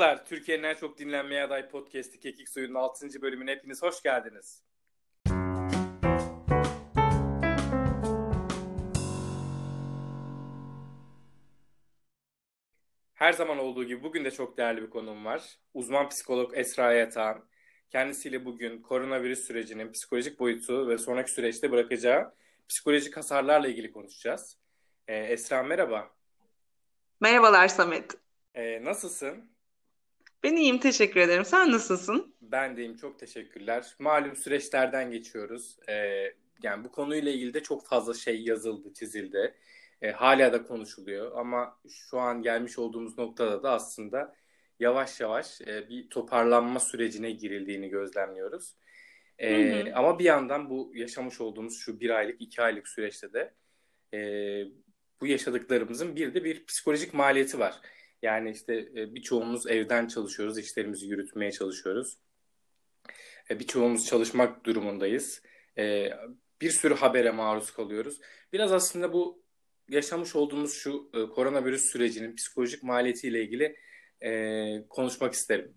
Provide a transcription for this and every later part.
Merhabalar, Türkiye'nin en çok dinlenmeye aday podcast'i Kekik Suyu'nun 6. bölümüne hepiniz hoş geldiniz. Her zaman olduğu gibi bugün de çok değerli bir konuğum var. Uzman psikolog Esra Yatağan. Kendisiyle bugün koronavirüs sürecinin psikolojik boyutu ve sonraki süreçte bırakacağı psikolojik hasarlarla ilgili konuşacağız. Esra merhaba. Merhabalar Samet. Nasılsın? Ben iyiyim, teşekkür ederim. Sen nasılsın? Ben deyim çok teşekkürler. Malum süreçlerden geçiyoruz. Yani bu konuyla ilgili de çok fazla şey yazıldı, çizildi. Hala da konuşuluyor ama şu an gelmiş olduğumuz noktada da aslında yavaş yavaş bir toparlanma sürecine girildiğini gözlemliyoruz. Hı hı. Ama bir yandan bu yaşamış olduğumuz şu bir aylık, 2 aylık süreçte de e, bu yaşadıklarımızın bir de bir psikolojik maliyeti var. Yani işte birçoğumuz evden çalışıyoruz, işlerimizi yürütmeye çalışıyoruz. Birçoğumuz çalışmak durumundayız. E, Bir sürü habere maruz kalıyoruz. Biraz aslında bu yaşamış olduğumuz şu koronavirüs sürecinin psikolojik maliyetiyle ilgili konuşmak isterim.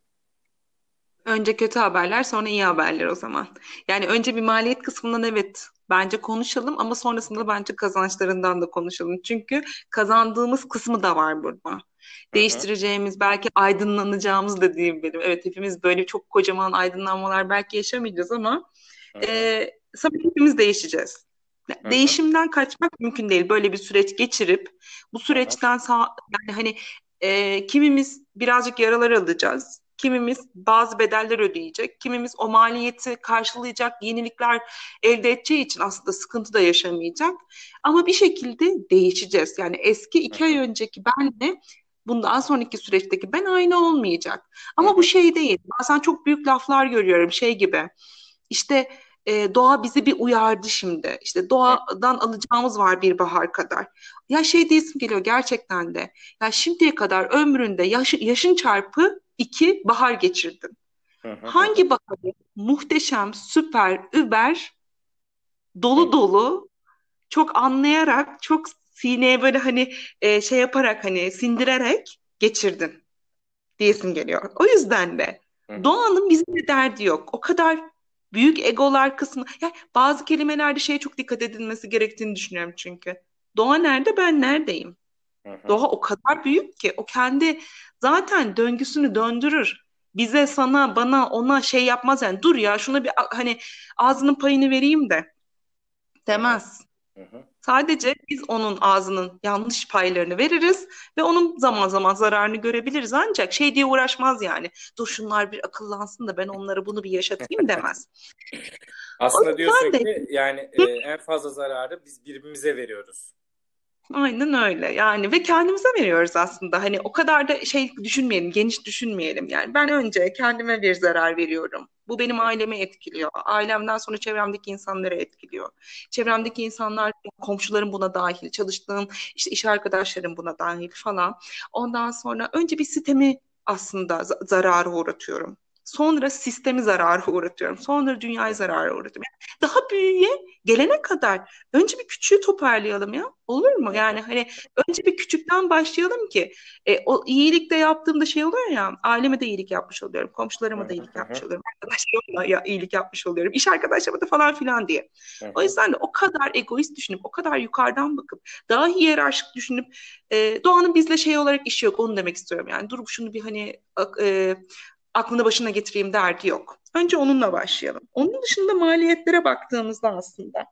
Önce kötü haberler, sonra iyi haberler o zaman. Yani önce bir maliyet kısmından evet bence konuşalım ama sonrasında bence kazançlarından da konuşalım. Çünkü kazandığımız kısmı da var burada. Hı hı, Değiştireceğimiz, belki aydınlanacağımız da diyeyim benim. Evet, hepimiz böyle çok kocaman aydınlanmalar belki yaşamayacağız ama hı hı, sanırım hepimiz değişeceğiz. hı hı, Değişimden kaçmak mümkün değil. Böyle bir süreç geçirip bu hı hı, süreçten yani hani kimimiz birazcık yaralar alacağız. Kimimiz bazı bedeller ödeyecek. Kimimiz o maliyeti karşılayacak yenilikler elde edeceği için aslında sıkıntı da yaşamayacak. Ama bir şekilde değişeceğiz. Yani eski hı 2 ay hı, önceki benle bundan sonraki süreçteki ben aynı olmayacak. hı Ama bu hı, şey değil. Bazen çok büyük laflar görüyorum şey gibi. İşte doğa bizi bir uyardı şimdi. İşte doğadan alacağımız var bir bahar kadar. Ya şey diyesim geliyor gerçekten de. Ya şimdiye kadar ömründe yaşın çarpı 2 bahar geçirdin. hı hı, hı hı, Hangi baharı muhteşem, süper, über, hı dolu hı, dolu, çok anlayarak, çok sineye böyle hani şey yaparak hani sindirerek geçirdin diyesim geliyor. O yüzden de hı hı. doğanın bizimle derdi yok. O kadar büyük egolar kısmı. Ya bazı kelimelerde şeye çok dikkat edilmesi gerektiğini düşünüyorum çünkü. Doğa nerede, ben neredeyim? Hı hı. Doğa o kadar büyük ki o kendi zaten döngüsünü döndürür. Bize, sana, bana, ona şey yapmaz yani. Dur ya şuna bir hani ağzının payını vereyim de Hı hı, demez. hı hı. Sadece biz onun ağzının yanlış paylarını veririz ve onun zaman zaman zararını görebiliriz. Ancak şey diye uğraşmaz yani. Dur şunlar bir akıllansın da ben onlara bunu bir yaşatayım demez. O Aslında diyorsun yüzden de ki yani en fazla zararı biz birbirimize veriyoruz. aynen öyle yani ve kendimize veriyoruz aslında. Hani o kadar da şey düşünmeyelim, geniş düşünmeyelim yani. Ben önce kendime bir zarar veriyorum. Bu benim ailemi etkiliyor. Ailemden sonra çevremdeki insanları etkiliyor. Hı hı, Çevremdeki insanlar, komşularım buna dahil, çalıştığım işte iş arkadaşlarım buna dahil falan. Ondan sonra önce bir sistemi aslında zarara uğratıyorum. Sonra sistemi zarara uğratıyorum. Sonra hı dünyayı hı, zarara uğratıyorum. Yani daha büyüğe gelene kadar önce bir küçüğü toparlayalım ya. Olur mu? hı hı, Yani hani önce bir küçükten başlayalım ki o iyilik de yaptığımda şey oluyor ya, aileme de iyilik yapmış oluyorum, hı komşularıma da hı, iyilik hı yapmış hı, oluyorum, arkadaşlarıma ya iyilik yapmış oluyorum, iş arkadaşlarıma da falan filan diye. hı O hı. yüzden de o kadar egoist düşünüp, o kadar yukarıdan bakıp, daha hiyerarşik düşünüp doğanın bizle şey olarak işi yok, onu demek istiyorum. Yani durup şunu bir hani aklını başına getireyim derdi yok. Önce onunla başlayalım. Onun dışında maliyetlere baktığımızda aslında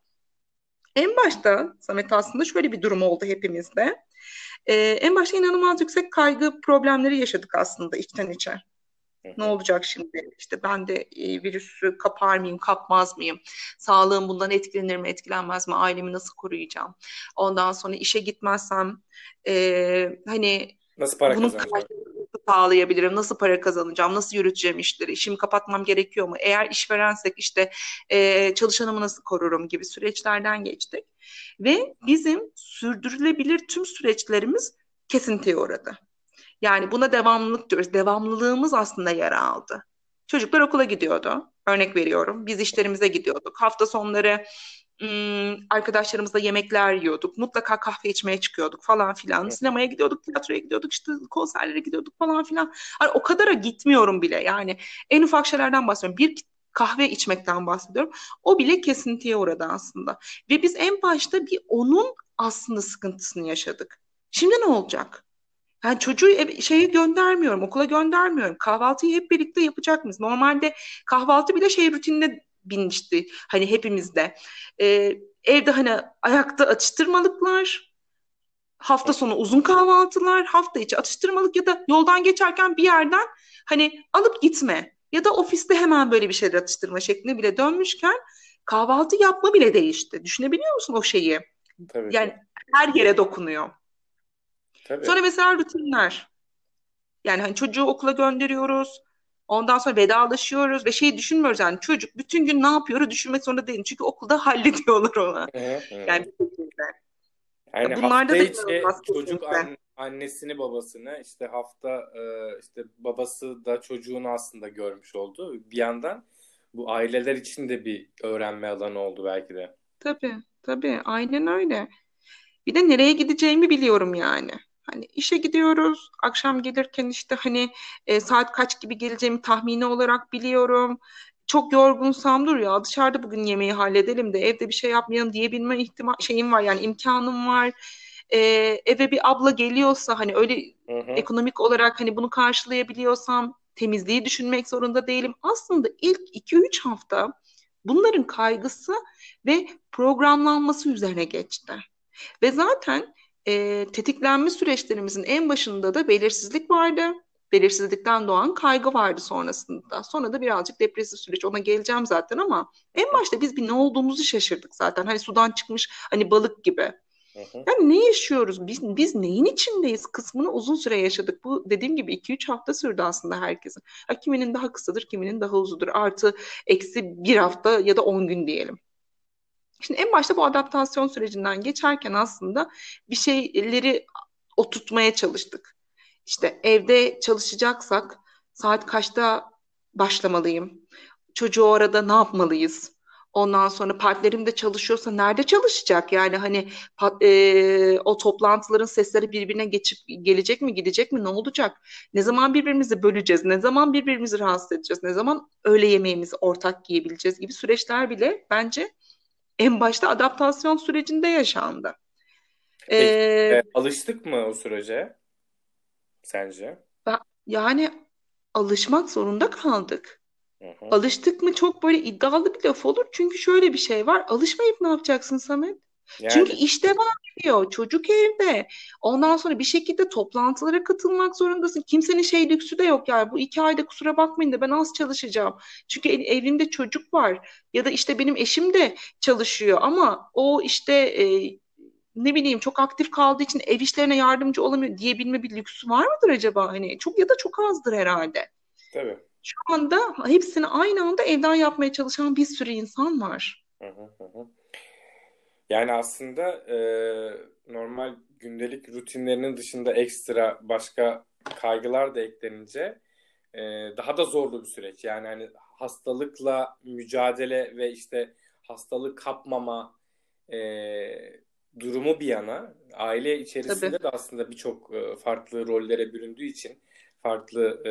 en başta Samet aslında şöyle bir durum oldu hepimizde. En başta inanılmaz yüksek kaygı problemleri yaşadık aslında içten içe. Hı Ne hı. olacak şimdi? İşte ben de virüsü kapar mıyım, kapmaz mıyım? Sağlığım bundan etkilenir mi, etkilenmez mi? Ailemi nasıl koruyacağım? Ondan sonra işe gitmezsem hani Nasıl para bunun kazanacağım? karşılığını nasıl sağlayabilirim? Nasıl para kazanacağım? Nasıl yürüteceğim işleri? İşimi kapatmam gerekiyor mu? Eğer işverensek işte çalışanımı nasıl korurum gibi süreçlerden geçtik. Ve bizim sürdürülebilir tüm süreçlerimiz kesintiye uğradı. Yani buna devamlılık diyoruz. Devamlılığımız aslında yara aldı. Çocuklar okula gidiyordu. Örnek veriyorum. Biz işlerimize gidiyorduk. Hafta sonları Arkadaşlarımızla yemekler yiyorduk. Mutlaka kahve içmeye çıkıyorduk falan filan. Hı. Sinemaya gidiyorduk, tiyatroya gidiyorduk, işte konserlere gidiyorduk falan filan. Hani o kadara gitmiyorum bile. Yani en ufak şeylerden bahsediyorum. Bir kahve içmekten bahsediyorum. O bile kesintiye uğradı aslında. Ve biz en başta bir onun aslında sıkıntısını yaşadık. Şimdi ne olacak? Yani çocuğu şeye göndermiyorum, okula göndermiyorum. Kahvaltıyı hep birlikte yapacak mıyız? Normalde kahvaltı bile şey rutinine binmişti. Hani hepimizde. Evde hani ayakta atıştırmalıklar, hafta sonu uzun kahvaltılar, hafta içi atıştırmalık ya da yoldan geçerken bir yerden hani alıp gitme. Ya da ofiste hemen böyle bir şeyler atıştırma şekline bile dönmüşken kahvaltı yapma bile değişti. Düşünebiliyor musun o şeyi? Tabii ki. Yani her yere dokunuyor. Tabii. Sonra mesela rutinler. Yani hani çocuğu okula gönderiyoruz. Ondan sonra vedalaşıyoruz ve şeyi düşünmüyoruz yani çocuk bütün gün ne yapıyor düşünmek zorunda değilim. Çünkü okulda hallediyorlar ona. Hı hı, Yani hı. bir şekilde. Yani Ya hafta bunlarda da içi inanılmaz çocuk kesinlikle. annesini babasını işte hafta işte babası da çocuğunu aslında görmüş oldu. Bir yandan bu aileler için de bir öğrenme alanı oldu belki de. Tabii, tabii. Aynen öyle. Bir de nereye gideceğimi biliyorum yani. Hani işe gidiyoruz. Akşam gelirken işte hani saat kaç gibi geleceğimi tahmini olarak biliyorum. Çok yorgunsam dur ya dışarıda bugün yemeği halledelim de evde bir şey yapmayalım diyebilme ihtimal şeyim var yani imkanım var. E, Eve bir abla geliyorsa hani öyle Hı hı. ekonomik olarak hani bunu karşılayabiliyorsam temizliği düşünmek zorunda değilim. Aslında ilk 2-3 hafta bunların kaygısı ve programlanması üzerine geçti. Ve zaten tetiklenme süreçlerimizin en başında da belirsizlik vardı. Belirsizlikten doğan kaygı vardı sonrasında. Sonra da birazcık depresif süreç. Ona geleceğim zaten ama en başta biz bir ne olduğumuzu şaşırdık zaten. Hani sudan çıkmış hani balık gibi. Hı hı. Yani ne yaşıyoruz? Biz neyin içindeyiz kısmını uzun süre yaşadık. Bu dediğim gibi 2-3 hafta sürdü aslında herkesin. Ha, kiminin daha kısadır, kiminin daha uzudur. Artı eksi bir hafta ya da 10 gün diyelim. Şimdi en başta bu adaptasyon sürecinden geçerken aslında bir şeyleri oturtmaya çalıştık. İşte evde çalışacaksak saat kaçta başlamalıyım? Çocuğu orada ne yapmalıyız? Ondan sonra partnerim de çalışıyorsa nerede çalışacak? Yani hani o toplantıların sesleri birbirine geçip gelecek mi, gidecek mi, ne olacak? Ne zaman birbirimizi böleceğiz? Ne zaman birbirimizi rahatsız edeceğiz? Ne zaman öğle yemeğimizi ortak yiyebileceğiz gibi süreçler bile bence en başta adaptasyon sürecinde yaşandı. Peki Ee, alıştık mı o sürece sence? Yani alışmak zorunda kaldık. Hı hı. Alıştık mı çok böyle iddialı bir laf olur. Çünkü şöyle bir şey var. Alışmayıp ne yapacaksın Samet? Çünkü Yani iş devam ediyor. Çocuk evde. Ondan sonra bir şekilde toplantılara katılmak zorundasın. Kimsenin şey lüksü de yok yani. Bu 2 ayda kusura bakmayın da ben az çalışacağım. Çünkü evimde çocuk var. Ya da işte benim eşim de çalışıyor ama o işte ne bileyim çok aktif kaldığı için ev işlerine yardımcı olamıyor diyebilme bir lüksü var mıdır acaba? Hani çok ya da çok azdır herhalde. tabii. Şu anda hepsini aynı anda evden yapmaya çalışan bir sürü insan var. Hı hı, hı hı. Yani aslında normal gündelik rutinlerinin dışında ekstra başka kaygılar da eklenince e, daha da zorlu bir süreç. Yani hani hastalıkla mücadele ve işte hastalık kapmama e, durumu bir yana aile Tabii. içerisinde de aslında birçok farklı rollere büründüğü için farklı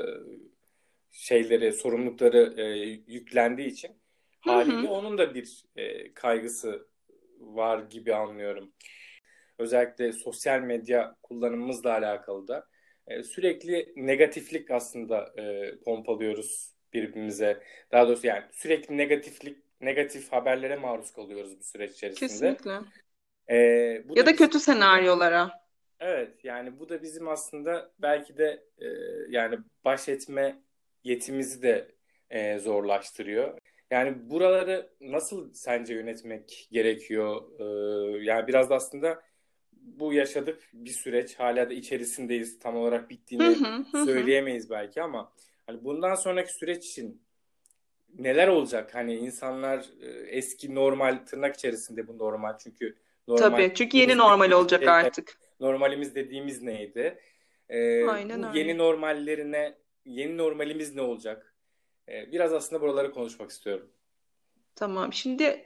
şeyleri, sorumlulukları yüklendiği için Hı haliyle hı. onun da bir kaygısı var gibi anlıyorum. Özellikle sosyal medya kullanımımızla alakalı da sürekli negatiflik aslında pompalıyoruz birbirimize. Daha doğrusu yani sürekli negatif haberlere maruz kalıyoruz bu süreç içerisinde. Kesinlikle. Bu Ya da da bizim kötü senaryolara. evet yani bu da bizim aslında belki de yani baş etme yetimizi de zorlaştırıyor. Yani buraları nasıl sence yönetmek gerekiyor? Yani biraz da aslında bu yaşadık bir süreç. Hala da içerisindeyiz. Tam olarak Hı bittiğini hı hı hı. söyleyemeyiz belki ama hani bundan sonraki süreç için neler olacak? Hani insanlar eski normal tırnak içerisinde bu normal çünkü normal Tabii. Çünkü yeni normal olacak şey, artık. normalimiz dediğimiz neydi? Aynen Bu öyle. yeni normallerine yeni normalimiz ne olacak? Biraz aslında buraları konuşmak istiyorum. Tamam. Şimdi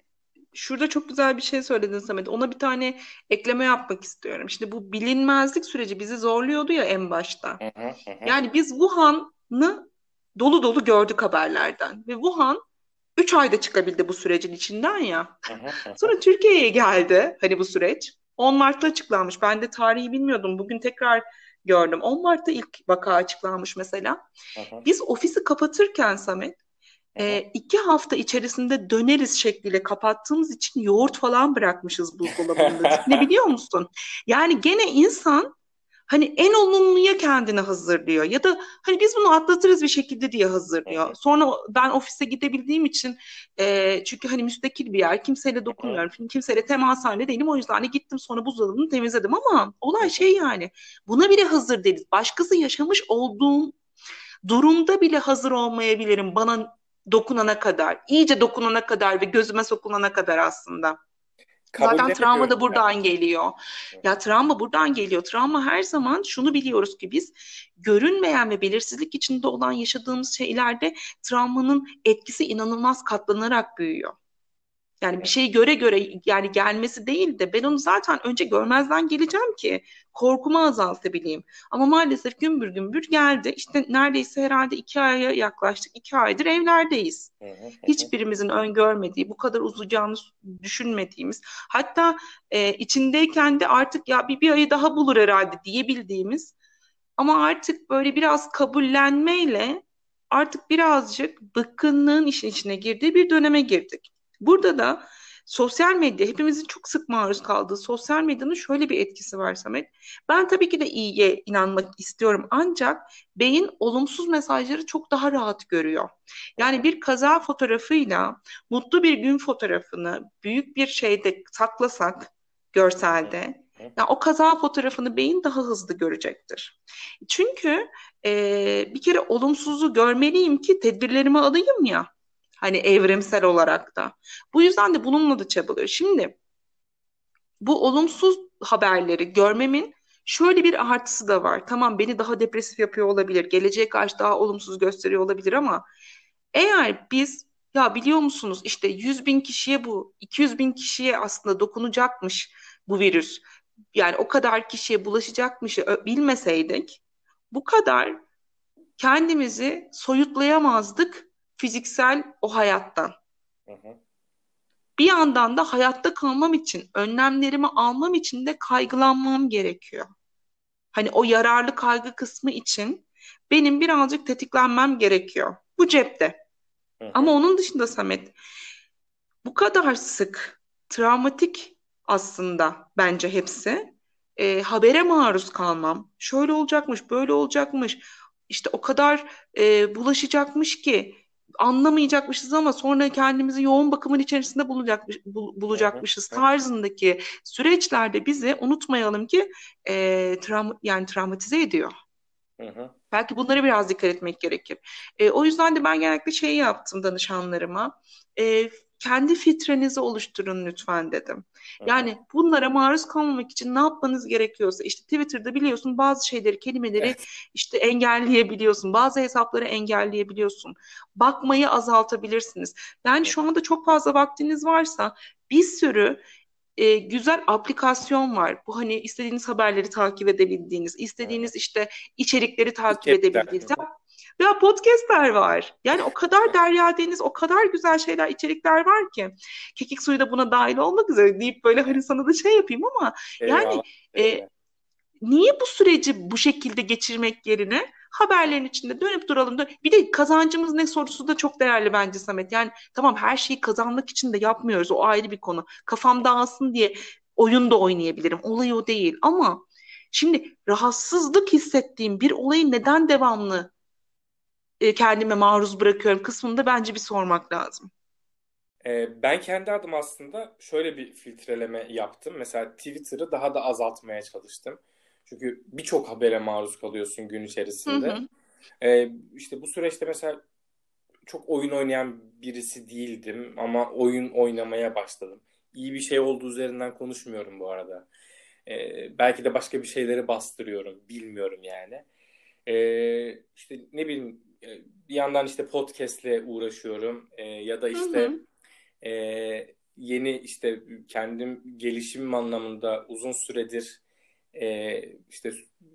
şurada çok güzel bir şey söyledin Samet. Ona bir tane ekleme yapmak istiyorum. Şimdi bu bilinmezlik süreci bizi zorluyordu ya en başta. Hı hı, hı hı, Yani biz Wuhan'ı dolu dolu gördük haberlerden. Ve Wuhan 3 ayda çıkabildi bu sürecin içinden ya. hı hı, hı hı, Sonra Türkiye'ye geldi hani bu süreç. 10 Mart'ta açıklanmış. Ben de tarihi bilmiyordum. Bugün tekrar gördüm. 10 Mart'ta ilk vaka açıklanmış mesela. hı hı, Biz ofisi kapatırken Samet, hı hı. 2 hafta içerisinde döneriz şekliyle kapattığımız için yoğurt falan bırakmışız buzdolabında. Düşünebiliyor musun? Yani gene insan hani en olumluya kendini hazırlıyor ya da hani biz bunu atlatırız bir şekilde diye Hı hazırlıyor. hı, Sonra ben ofise gidebildiğim için çünkü hani müstakil bir yer, kimseyle hı dokunmuyorum, kimseyle temas halinde değilim. O yüzden hani gittim sonra buzdolabını temizledim ama olay hı, şey yani buna bile hazır değiliz. Başkası yaşamış olduğum durumda bile hazır olmayabilirim bana dokunana kadar, iyice dokunana kadar ve gözüme sokulana kadar aslında. Zaten travma kabullenemiyoruz da yani. buradan geliyor. Hı Ya travma buradan geliyor. Travma her zaman şunu biliyoruz ki biz görünmeyen ve belirsizlik içinde olan yaşadığımız şeylerde travmanın etkisi inanılmaz katlanarak büyüyor. Yani bir hı, şeyi göre göre yani gelmesi değil de ben onu zaten önce görmezden geleceğim ki korkumu azaltabileyim. Ama maalesef gümbür gümbür geldi. İşte neredeyse herhalde 2 aya yaklaştık. 2 aydır evlerdeyiz. hı hı, hı hı, Hiçbirimizin öngörmediği, bu kadar uzayacağını düşünmediğimiz, hatta içindeyken de artık ya bir ayı daha bulur herhalde diyebildiğimiz ama artık böyle biraz kabullenmeyle artık birazcık bıkkınlığın işin içine girdiği bir döneme girdik. Burada da sosyal medya, hepimizin çok sık maruz kaldığı sosyal medyanın şöyle bir etkisi var Samet. Ben tabii ki de iyiye inanmak istiyorum ancak beyin olumsuz mesajları çok daha rahat görüyor. hı Yani hı, bir kaza fotoğrafıyla mutlu bir gün fotoğrafını büyük bir şeyde saklasak hı hı, görselde, hı ya o kaza fotoğrafını beyin daha hızlı görecektir. Çünkü bir kere olumsuzu görmeliyim ki tedbirlerimi alayım ya. Hani evrimsel olarak da. Bu yüzden de bununla da çabalıyor. Şimdi bu olumsuz haberleri görmemin şöyle bir artısı da var. Tamam beni daha depresif yapıyor olabilir. Geleceğe karşı daha olumsuz gösteriyor olabilir ama eğer biz ya biliyor musunuz işte 100 bin kişiye bu 200 bin kişiye aslında dokunacakmış bu virüs. Yani o kadar kişiye bulaşacakmış bilmeseydik bu kadar kendimizi soyutlayamazdık fiziksel o hayattan. hı, Bir yandan da hayatta kalmam için, önlemlerimi almam için de kaygılanmam gerekiyor. Hani o yararlı kaygı kısmı için benim birazcık tetiklenmem gerekiyor. Bu cepte. hı Ama hı, onun dışında Samet, bu kadar sık, travmatik aslında bence hepsi. Habere maruz kalmam. Şöyle olacakmış, böyle olacakmış. İşte o kadar bulaşacakmış ki anlamayacakmışız ama sonra kendimizi yoğun bakımın içerisinde hı hı, bulacakmışız hı tarzındaki süreçlerde bizi unutmayalım ki yani travmatize ediyor. hı, Belki bunlara biraz dikkat etmek gerekir. O yüzden de ben genellikle şey yaptım danışanlarıma. Kendi filtrenizi oluşturun lütfen dedim. hı hı. Yani bunlara maruz kalmamak için ne yapmanız gerekiyorsa işte Twitter'da biliyorsun bazı şeyleri, kelimeleri Evet. işte engelleyebiliyorsun. Bazı hesapları engelleyebiliyorsun. Bakmayı azaltabilirsiniz. Yani Hı şu anda çok fazla vaktiniz varsa bir sürü güzel aplikasyon var. Bu hani istediğiniz haberleri takip edebildiğiniz, hı. istediğiniz işte içerikleri takip İçerikler. edebildiğiniz. Ya podcastler var. Yani o kadar derya deniz, o kadar güzel şeyler, içerikler var ki. Kekik suyu da buna dahil olmak üzere deyip böyle hani sana da şey yapayım ama yani Eyvallah. e, niye bu süreci bu şekilde geçirmek yerine haberlerin içinde dönüp duralım. Bir de kazancımız ne sorusu da çok değerli bence Samet. Yani tamam her şeyi kazanmak için de yapmıyoruz. O ayrı bir konu. Kafam dağılsın diye oyun da oynayabilirim. Olay o değil. Ama şimdi rahatsızlık hissettiğim bir olayı neden devamlı kendime maruz bırakıyorum kısmında bence bir sormak lazım. Ben kendi adım aslında şöyle bir filtreleme yaptım. Mesela Twitter'ı daha da azaltmaya çalıştım. Çünkü birçok habere maruz kalıyorsun gün Hı içerisinde. hı. İşte bu süreçte mesela çok oyun oynayan birisi değildim ama oyun oynamaya başladım. İyi bir şey olduğu üzerinden konuşmuyorum bu arada. Belki de başka bir şeyleri bastırıyorum, bilmiyorum yani. İşte ne bileyim bir yandan işte podcast'le uğraşıyorum. Ya da Hı işte hı. yeni işte kendim gelişimim anlamında uzun süredir işte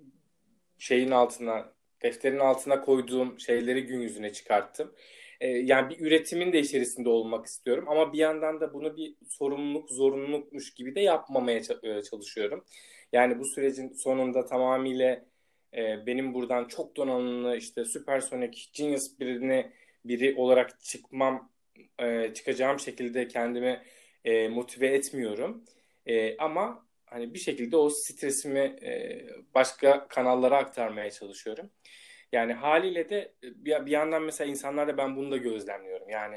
şeyin altına, defterin altına koyduğum şeyleri gün yüzüne çıkarttım. Yani bir üretimin de içerisinde olmak istiyorum ama bir yandan da bunu bir sorumluluk, zorunlulukmuş gibi de yapmamaya çalışıyorum. Yani bu sürecin sonunda tamamıyla benim buradan çok donanımlı işte süpersonik genius biri olarak çıkacağım şekilde kendimi motive etmiyorum. Ama hani bir şekilde o stresimi başka kanallara aktarmaya çalışıyorum. Yani haliyle de bir yandan mesela insanlarda ben bunu da gözlemliyorum. Yani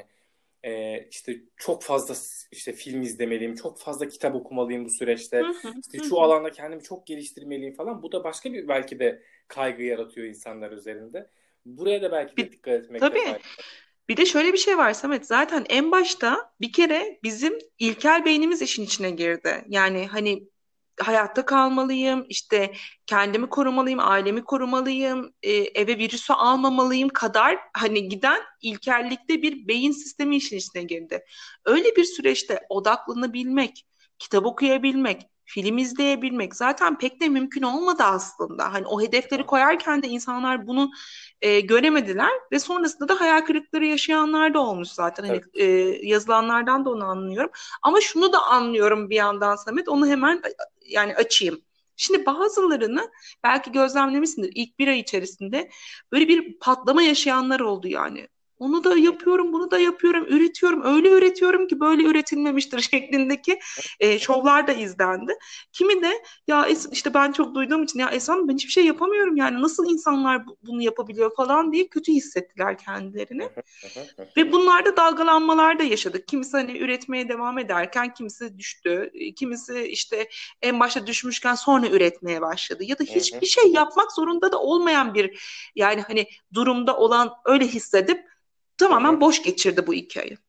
işte çok fazla işte film izlemeliyim, çok fazla kitap okumalıyım bu Hı süreçte. hı, İşte hı şu hı. alanda kendimi çok geliştirmeliyim falan. Bu da başka bir belki de kaygı yaratıyor insanlar üzerinde. Buraya da belki de Bir, dikkat etmekte tabii. fayda Bir de şöyle bir şey var Samet. Zaten en başta bir kere bizim ilkel beynimiz işin içine girdi. Yani hani hayatta kalmalıyım, işte kendimi korumalıyım, ailemi korumalıyım, eve virüsü almamalıyım kadar hani giden ilkellikte bir beyin sistemi işin içine girdi. Öyle bir süreçte odaklanabilmek, kitap okuyabilmek, film izleyebilmek zaten pek de mümkün olmadı aslında. Hani o hedefleri var. koyarken de insanlar bunu göremediler ve sonrasında da hayal kırıkları yaşayanlar da olmuş zaten. Hani Tabii. yazılanlardan da onu anlıyorum. Ama şunu da anlıyorum bir yandan Samet, onu hemen yani açayım. Şimdi bazılarını belki gözlemlemişsindir ilk bir ay içerisinde böyle bir patlama yaşayanlar oldu yani. Onu da yapıyorum, bunu da yapıyorum, üretiyorum, öyle üretiyorum ki böyle üretilmemiştir şeklindeki şovlar da izlendi. Kimi de ya işte ben çok duyduğum için ya Esam ben hiçbir şey yapamıyorum yani nasıl insanlar bunu yapabiliyor falan diye kötü hissettiler kendilerini. Ve bunlarda dalgalanmalar da yaşadık. Kimisi hani üretmeye devam ederken kimisi düştü. Kimisi işte en başta düşmüşken sonra üretmeye başladı. Ya da hiçbir şey yapmak zorunda da olmayan bir yani hani durumda olan öyle hissedip tamamen boş geçirdi bu 2 ayı.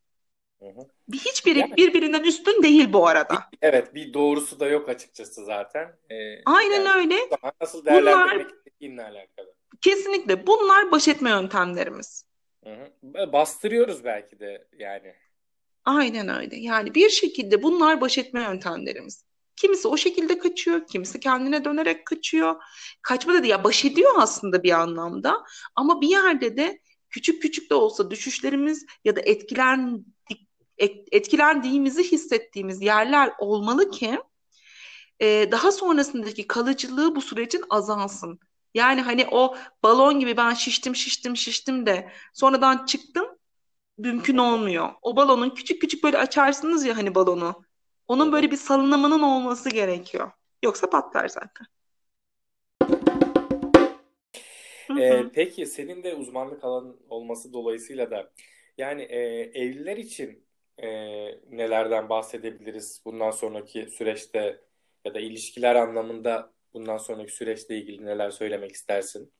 Hiçbiri Yani birbirinden üstün değil bu arada. evet, bir doğrusu da yok açıkçası zaten. Aynen Yani öyle. o zaman nasıl Bunlar değerlendirmek istediğinle alakalı. kesinlikle bunlar baş etme yöntemlerimiz. Hı hı. Bastırıyoruz belki de yani. Aynen öyle. Yani bir şekilde bunlar baş etme yöntemlerimiz. Kimisi o şekilde kaçıyor, kimisi kendine dönerek kaçıyor. Kaçma dedi ya baş ediyor aslında bir anlamda. Ama bir yerde de küçük küçük de olsa düşüşlerimiz ya da etkilendiğimizi hissettiğimiz yerler olmalı ki daha sonrasındaki kalıcılığı bu sürecin azalsın. Yani hani o balon gibi ben şiştim şiştim şiştim de sonradan çıktım mümkün Hı hı, olmuyor. O balonun küçük küçük böyle açarsınız ya hani balonu. hı Onun hı. böyle bir salınımının olması gerekiyor. Yoksa patlar zaten. Hı hı. Peki senin de uzmanlık alanın olması dolayısıyla da yani evliler için nelerden bahsedebiliriz bundan sonraki süreçte ya da ilişkiler anlamında bundan sonraki süreçle ilgili neler söylemek istersin?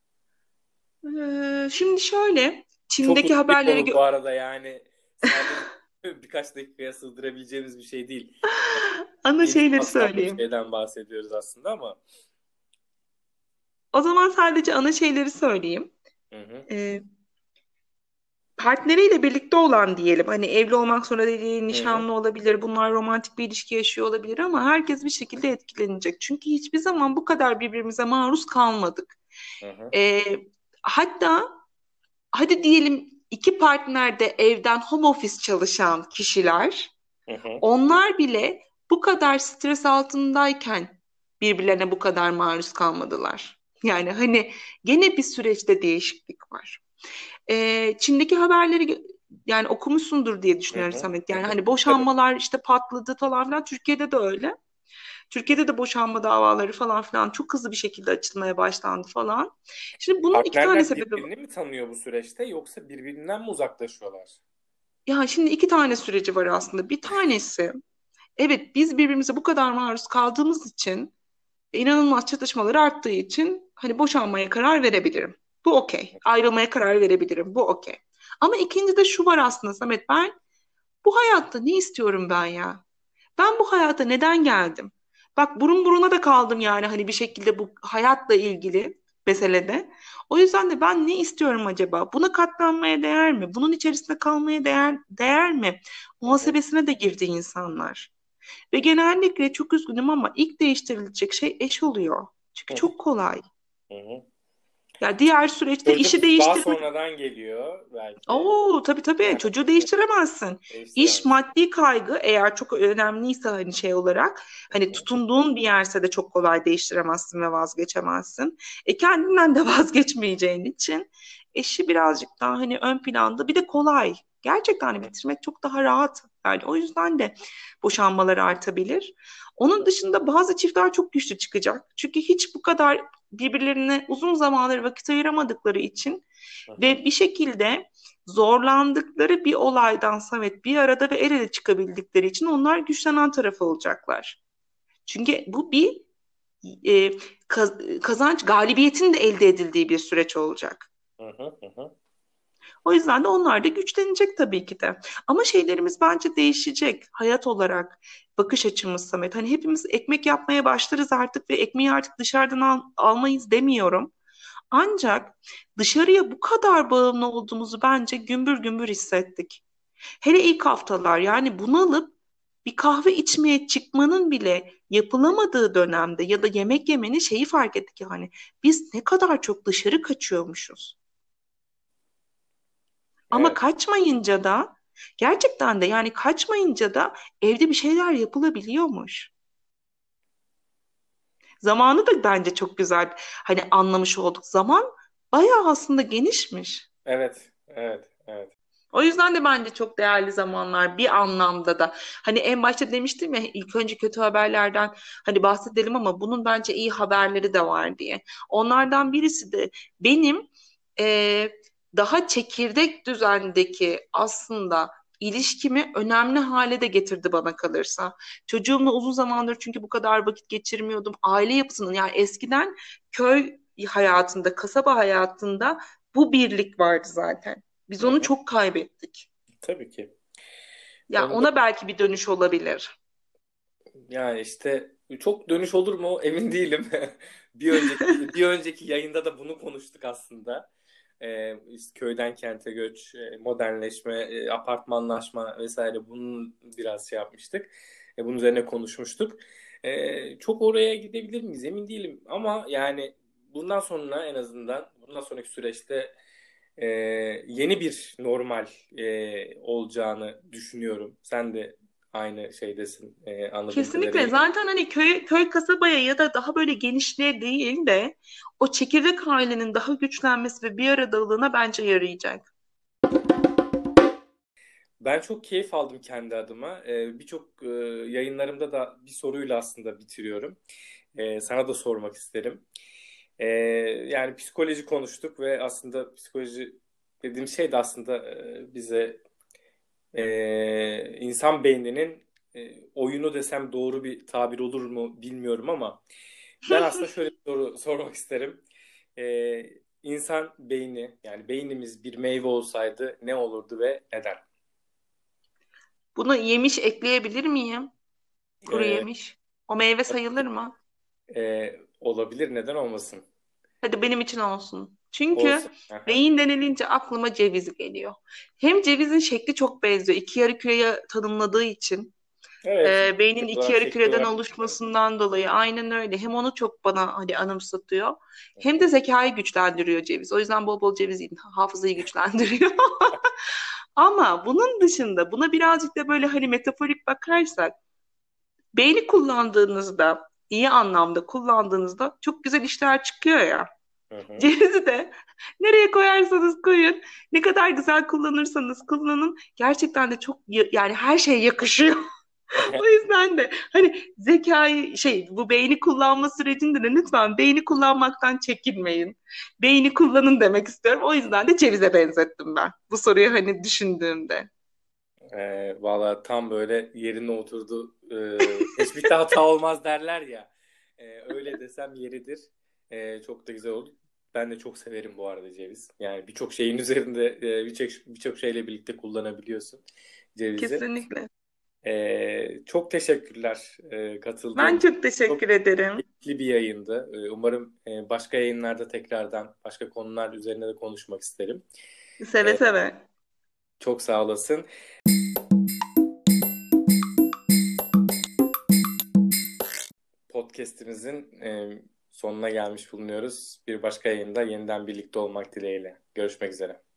Şimdi şöyle Çok Çin'deki uzun bir haberleri konu bu arada, yani sadece birkaç dakikaya sığdırabileceğimiz bir şey değil. Yani ana geniş şeyleri kapsamlı bir söyleyeyim. şeyden bahsediyoruz aslında ama. O zaman sadece ana şeyleri söyleyeyim. Hı hı, Ee, Partneriyle birlikte olan diyelim. Hani evli olmak zorunda değil, hı hı, nişanlı olabilir. Bunlar romantik bir ilişki yaşıyor olabilir ama herkes bir şekilde etkilenecek. Çünkü hiçbir zaman bu kadar birbirimize maruz kalmadık. hı hı, Ee, Hatta hadi diyelim iki partner de evden home office çalışan kişiler, hı hı. onlar bile bu kadar stres altındayken birbirlerine bu kadar maruz kalmadılar. Yani hani gene bir süreçte değişiklik var. Çin'deki haberleri yani okumuşsundur diye Hı düşünüyorum hı, Samet. hı Yani hı. hani Tabii. boşanmalar işte patladı falan filan. Türkiye'de de öyle. Türkiye'de de boşanma davaları falan filan çok hızlı bir şekilde açılmaya başlandı falan. Şimdi bunun iki tane Partnerler sebebi var. birbirini mi tanıyor bu süreçte yoksa birbirinden mi uzaklaşıyorlar? Ya şimdi iki tane süreci var aslında. Bir tanesi evet biz birbirimize bu kadar maruz kaldığımız için inanılmaz çatışmalar arttığı için hani boşanmaya karar verebilirim. Bu okey. Ayrılmaya karar verebilirim. Bu okey. Ama ikinci de şu var aslında Samet, ben bu hayatta ne istiyorum ben ya? Ben bu hayata neden geldim? Bak burun buruna da kaldım yani hani bir şekilde bu hayatla ilgili. meselede. O yüzden de ben ne istiyorum acaba? Buna katlanmaya değer mi? Bunun içerisinde kalmaya değer mi? Hı hı. Muhasebesine de girdi insanlar. Ve genellikle çok üzgünüm ama ilk değiştirilecek şey eş oluyor. Çünkü Hı hı. çok kolay. Hı hı. Ya diğer süreçte Çocuk işi daha değiştirmek. sonradan geliyor belki. Oo, tabii tabii, Yani çocuğu değiştiremezsin. İş değiştiremez. maddi kaygı eğer çok önemliyse hani şey olarak Hı hani hı. tutunduğun bir yerse de çok kolay değiştiremezsin ve vazgeçemezsin. Kendinden de vazgeçmeyeceğin için eşi birazcık daha hani ön planda, bir de kolay. Gerçekten hani bitirmek çok daha rahat. Yani o yüzden de boşanmalar artabilir. Onun dışında bazı çiftler çok güçlü çıkacak. Çünkü hiç bu kadar birbirlerine uzun zamandır vakit ayıramadıkları için Hı hı. ve bir şekilde zorlandıkları bir olaydan Samet bir arada ve el ele çıkabildikleri için onlar güçlenen tarafı olacaklar. Çünkü bu bir e, kazanç, galibiyetin de elde edildiği bir süreç olacak. Hı hı. Hı hı. O yüzden de onlar da güçlenecek tabii ki de. Ama şeylerimiz bence değişecek hayat olarak, bakış açımız Samet. Hani hepimiz ekmek yapmaya başlarız artık ve ekmeği artık dışarıdan almayız demiyorum. Ancak dışarıya bu kadar bağımlı olduğumuzu bence gümbür gümbür hissettik. Hele ilk haftalar, yani bunalıp bir kahve içmeye çıkmanın bile yapılamadığı dönemde ya da yemek yemenin şeyi fark ettik, yani biz ne kadar çok dışarı kaçıyormuşuz. Ama Evet. kaçmayınca da gerçekten de, yani kaçmayınca da evde bir şeyler yapılabiliyormuş. Zamanı da bence çok güzel hani anlamış olduk. Zaman bayağı aslında genişmiş. Evet. Evet. Evet. O yüzden de bence çok değerli zamanlar bir anlamda da. Hani en başta demiştim ya, ilk önce kötü haberlerden hani bahsedelim ama bunun bence iyi haberleri de var diye. Onlardan birisi de benim daha çekirdek düzendeki aslında ilişkimi önemli hale de getirdi bana kalırsa. Çocuğumla uzun zamandır çünkü bu kadar vakit geçirmiyordum. Aile yapısının, yani eskiden köy hayatında, kasaba hayatında bu birlik vardı zaten. Biz Hı onu hı. çok kaybettik. Tabii ki. Ya Onu da ona belki bir dönüş olabilir. yani işte çok dönüş olur mu emin değilim. Bir önceki yayında da bunu konuştuk aslında. İşte köyden kente göç, modernleşme, apartmanlaşma vesaire bunun biraz şey yapmıştık. Bunun üzerine konuşmuştuk. Çok oraya gidebilir miyiz emin değilim. Ama yani bundan sonra en azından bundan sonraki süreçte e, yeni bir normal olacağını düşünüyorum. Sen de aynı şeydesin anladığım Kesinlikle. kadarıyla. Zaten hani köy kasabaya ya da daha böyle genişliğe değil de o çekirdek ailenin daha güçlenmesi ve bir aradalığına bence yarayacak. Ben çok keyif aldım kendi adıma. Birçok yayınlarımda da bir soruyla aslında bitiriyorum. Sana da sormak isterim. Ee, Yani psikoloji konuştuk ve aslında psikoloji dediğim şey de aslında bize insan beyninin oyunu desem doğru bir tabir olur mu bilmiyorum ama ben aslında şöyle bir soru sormak isterim. İnsan beyni yani beynimiz bir meyve olsaydı ne olurdu ve neden? Buna yemiş ekleyebilir miyim? Kuru Ee, yemiş. O meyve sayılır mı? Olabilir neden olmasın? Hadi benim için olsun. Çünkü Olsun. Aha. beyin denilince aklıma ceviz geliyor. Hem cevizin şekli çok benziyor. İki yarı küreye tanımladığı için. Evet. Beynin iki Olarak yarı şekli küreden olarak. oluşmasından dolayı aynen öyle. Hem onu çok bana hani anımsatıyor. Hem de zekayı güçlendiriyor ceviz. O yüzden bol bol ceviz yiyin. Hafızayı güçlendiriyor. Ama bunun dışında buna birazcık da böyle hani metaforik bakarsak, beyni kullandığınızda, iyi anlamda kullandığınızda çok güzel işler çıkıyor ya. Hı hı. Cevizi de nereye koyarsanız koyun, ne kadar güzel kullanırsanız kullanın, gerçekten de çok yani her şeye yakışıyor. O yüzden de hani zekayı bu beyni kullanma sürecinde de lütfen beyni kullanmaktan çekinmeyin. Beyni kullanın demek istiyorum. O yüzden de cevize benzettim ben bu soruyu hani düşündüğümde. Valla tam böyle yerine oturdu. Teşbihte hata olmaz derler ya. Öyle desem yeridir. Çok da güzel oldu. Ben de çok severim bu arada ceviz. Yani birçok şeyin üzerinde birçok şeyle birlikte kullanabiliyorsun cevizi. Kesinlikle. Çok teşekkürler katıldığın Ben için. çok Çok teşekkür ederim. keyifli bir yayındı. Umarım başka yayınlarda tekrardan başka konular üzerine de konuşmak isterim. Seve Ee, seve. Çok sağ olasın. Podcast'imizin sonuna gelmiş bulunuyoruz. Bir başka yayında yeniden birlikte olmak dileğiyle. Görüşmek üzere.